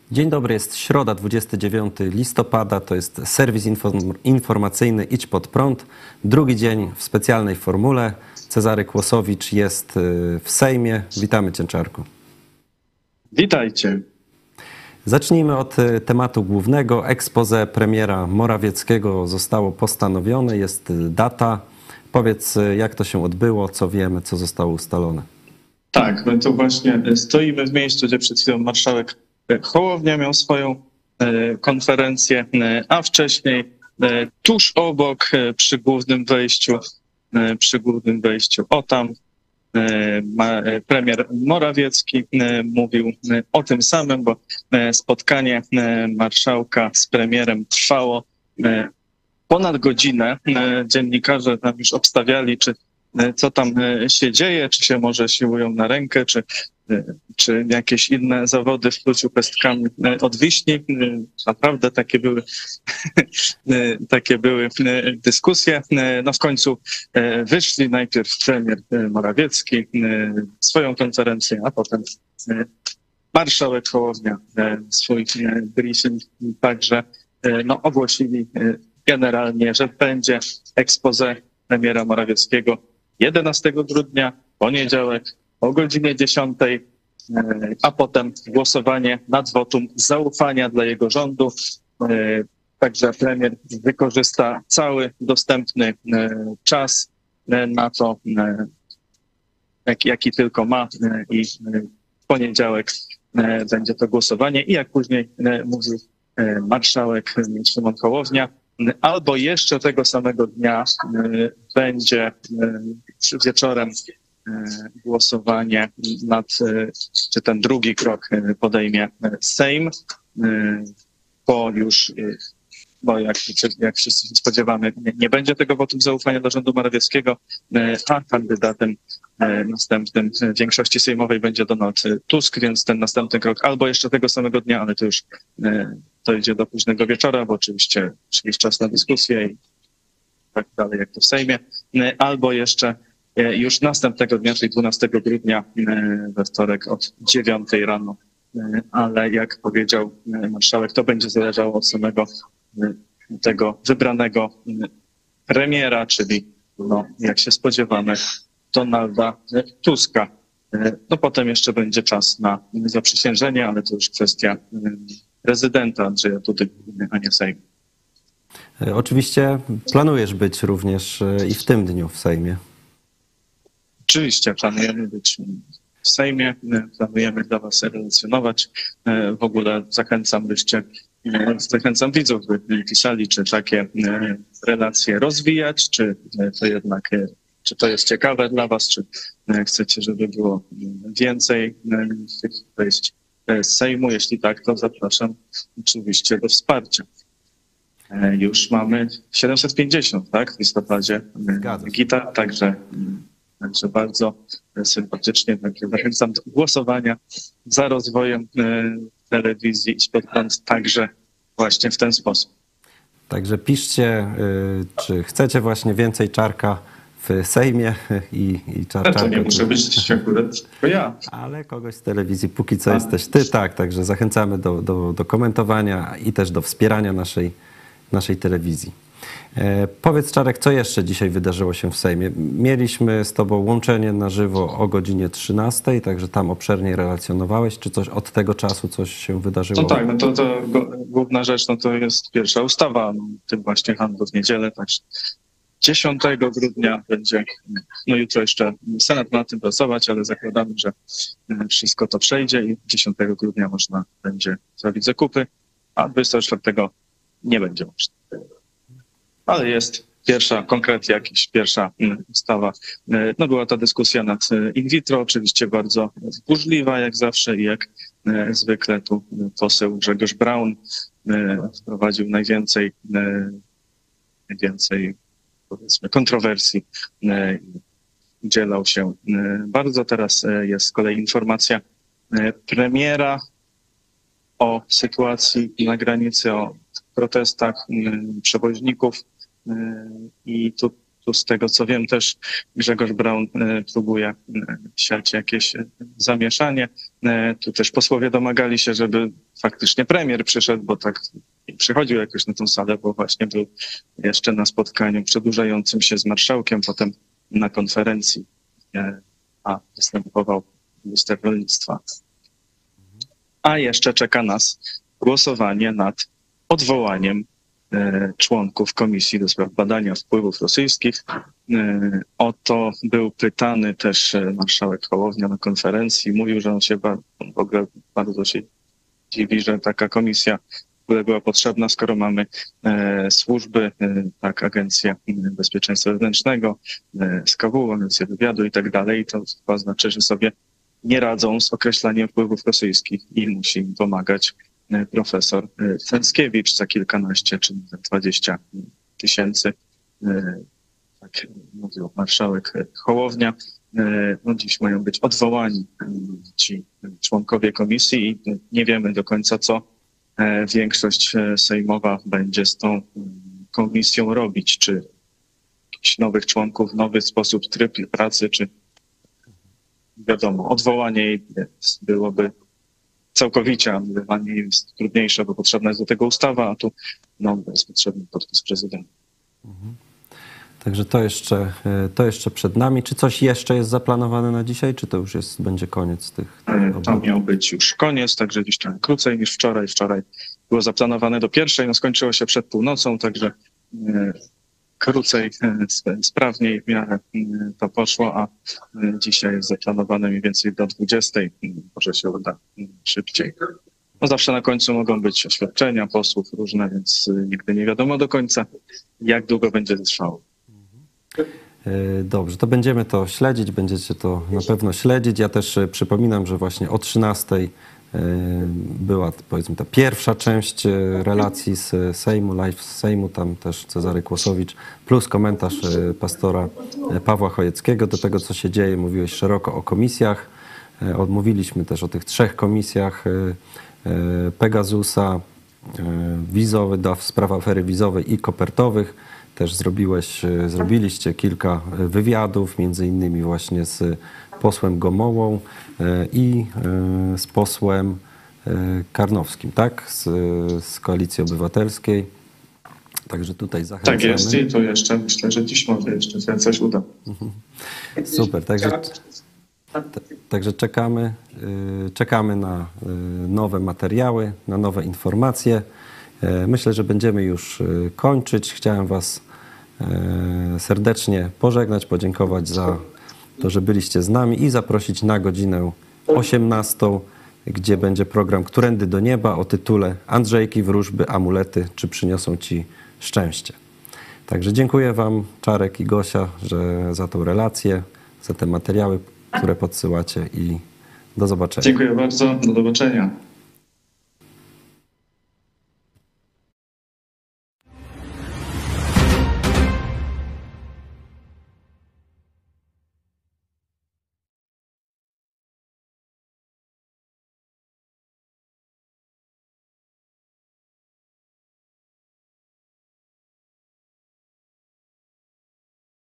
Dzień dobry, jest środa, 29 listopada, to jest serwis informacyjny Idź Pod Prąd. Drugi dzień w specjalnej formule. Cezary Kłosowicz jest w Sejmie. Witamy Cię, Czarku. Witajcie. Zacznijmy od tematu głównego. Exposé premiera Morawieckiego zostało postanowione, jest data. Powiedz, jak to się odbyło, co wiemy, co zostało ustalone. Tak, my tu właśnie stoimy w miejscu, gdzie przed chwilą marszałek Hołownia miał swoją konferencję, a wcześniej tuż obok przy głównym wejściu o tam premier Morawiecki mówił o tym samym, bo spotkanie marszałka z premierem trwało ponad godzinę. Dziennikarze tam już obstawiali, co tam się dzieje, czy się może siłują na rękę, czy jakieś inne zawody w pluciu pestkami od wiśni. Naprawdę takie były dyskusje. No w końcu wyszli najpierw premier Morawiecki swoją konferencję, a potem marszałek Hołownia swój briefing. Także ogłosili generalnie, że będzie exposé premiera Morawieckiego 11 grudnia, poniedziałek o godzinie 10, a potem głosowanie nad wotum zaufania dla jego rządu. Także premier wykorzysta cały dostępny czas na to, jaki tylko ma, i w poniedziałek będzie to głosowanie. I jak później mówił marszałek Szymon Hołownia, albo jeszcze tego samego dnia będzie wieczorem głosowanie czy ten drugi krok podejmie Sejm, bo jak wszyscy się spodziewamy, nie będzie tego wotum zaufania do rządu Morawieckiego, a kandydatem następnym w większości sejmowej będzie Donald Tusk, więc ten następny krok albo jeszcze tego samego dnia, ale to już dojdzie do późnego wieczora, bo oczywiście jest czas na dyskusję i tak dalej, jak to w Sejmie, albo jeszcze już następnego dnia, czyli 12 grudnia, we wtorek od 9 rano. Ale jak powiedział marszałek, to będzie zależało od samego tego wybranego premiera, czyli jak się spodziewamy, Donalda Tuska. Potem jeszcze będzie czas na zaprzysiężenie, ale to już kwestia prezydenta Andrzeja Dudy, a nie Sejmu. Oczywiście planujesz być również i w tym dniu w Sejmie. Oczywiście planujemy być w Sejmie, planujemy dla was relacjonować. W ogóle zachęcam widzów, by pisali, czy takie relacje rozwijać, czy to jest ciekawe dla was, czy chcecie, żeby było więcej tych wejść z Sejmu. Jeśli tak, to zapraszam oczywiście do wsparcia. Już mamy 750, tak, w listopadzie gitar, także bardzo sympatycznie. Także zachęcam do głosowania za rozwojem telewizji Idź Pod Prąd także właśnie w ten sposób. Także piszcie, czy chcecie właśnie więcej Czarka w Sejmie i Czarka. To nie muszę być akurat tylko ja. Ale kogoś z telewizji póki co jesteś ty, tak. Także zachęcamy do komentowania i też do wspierania naszej telewizji. Powiedz, Czarek, co jeszcze dzisiaj wydarzyło się w Sejmie? Mieliśmy z tobą łączenie na żywo o godzinie 13, także tam obszernie relacjonowałeś. Czy coś od tego czasu coś się wydarzyło? No tak, to główna rzecz to jest pierwsza ustawa, tym właśnie handlu w niedzielę. Także 10 grudnia będzie, jutro jeszcze Senat ma nad tym pracować, ale zakładamy, że wszystko to przejdzie i 10 grudnia można będzie zrobić zakupy, a 24 nie będzie można. Ale jest pierwsza ustawa. Była ta dyskusja nad in vitro, oczywiście bardzo burzliwa jak zawsze i jak zwykle tu poseł Grzegorz Braun wprowadził najwięcej powiedzmy kontrowersji. Udzielał się bardzo. Teraz jest z kolei informacja premiera o sytuacji na granicy, o protestach przewoźników i Tu z tego co wiem też Grzegorz Braun próbuje siać jakieś zamieszanie. Tu też posłowie domagali się, żeby faktycznie premier przyszedł, bo tak nie przychodził jakoś na tą salę, bo właśnie był jeszcze na spotkaniu przedłużającym się z marszałkiem, potem na konferencji, a występował minister rolnictwa. A jeszcze czeka nas głosowanie nad odwołaniem członków Komisji do Spraw Badania Wpływów Rosyjskich. O to był pytany też marszałek Hołownia na konferencji. Mówił, że on się w ogóle bardzo się dziwi, że taka komisja była potrzebna, skoro mamy służby, tak, Agencję Bezpieczeństwa Wewnętrznego, SKW, Agencję Wywiadu i tak dalej. To chyba znaczy, że sobie nie radzą z określaniem wpływów rosyjskich i musi im pomagać profesor Cęckiewicz za kilkanaście czy nawet 20 tysięcy. Tak mówił marszałek Hołownia. No dziś mają być odwołani ci członkowie komisji i nie wiemy do końca, co większość sejmowa będzie z tą komisją robić. Czy jakichś nowych członków, nowy sposób, tryb pracy, czy wiadomo, odwołanie jej byłoby całkowicie, odwołanie jest trudniejsze, bo potrzebna jest do tego ustawa, a tu jest potrzebny podpis prezydenta. Także to jeszcze przed nami. Czy coś jeszcze jest zaplanowane na dzisiaj, czy to już będzie koniec tych To miał być już koniec, także dziś trochę krócej niż wczoraj. Wczoraj było zaplanowane do 1:00, skończyło się przed północą, także krócej, sprawniej w miarę to poszło, a dzisiaj jest zaplanowane mniej więcej do 20:00. Może się uda szybciej. No zawsze na końcu mogą być oświadczenia posłów różne, więc nigdy nie wiadomo do końca, jak długo będzie trwało. Dobrze, to będziemy to śledzić, będziecie to na pewno śledzić. Ja też przypominam, że właśnie o 13:00 była, powiedzmy, ta pierwsza część relacji z Sejmu, live z Sejmu, tam też Cezary Kłosowicz, plus komentarz pastora Pawła Chojeckiego do tego, co się dzieje. Mówiłeś szeroko o komisjach. Odmówiliśmy też o tych 3 komisjach Pegasusa, wizowy, w sprawie afery wizowej i kopertowych. Też zrobiliście kilka wywiadów, między innymi właśnie z posłem Gomołą i z posłem Karnowskim, tak? Z Koalicji Obywatelskiej. Także tutaj zachęcamy. Tak jest i to jeszcze myślę, że dziś może jeszcze się coś uda. Super, także czekamy na nowe materiały, na nowe informacje. Myślę, że będziemy już kończyć. Chciałem Was serdecznie pożegnać, podziękować za to, że byliście z nami i zaprosić na godzinę 18:00, gdzie będzie program Którędy do nieba o tytule Andrzejki, wróżby, amulety, czy przyniosą Ci szczęście. Także dziękuję Wam, Czarek i Gosia, za tą relację, za te materiały, które podsyłacie i do zobaczenia. Dziękuję bardzo, do zobaczenia.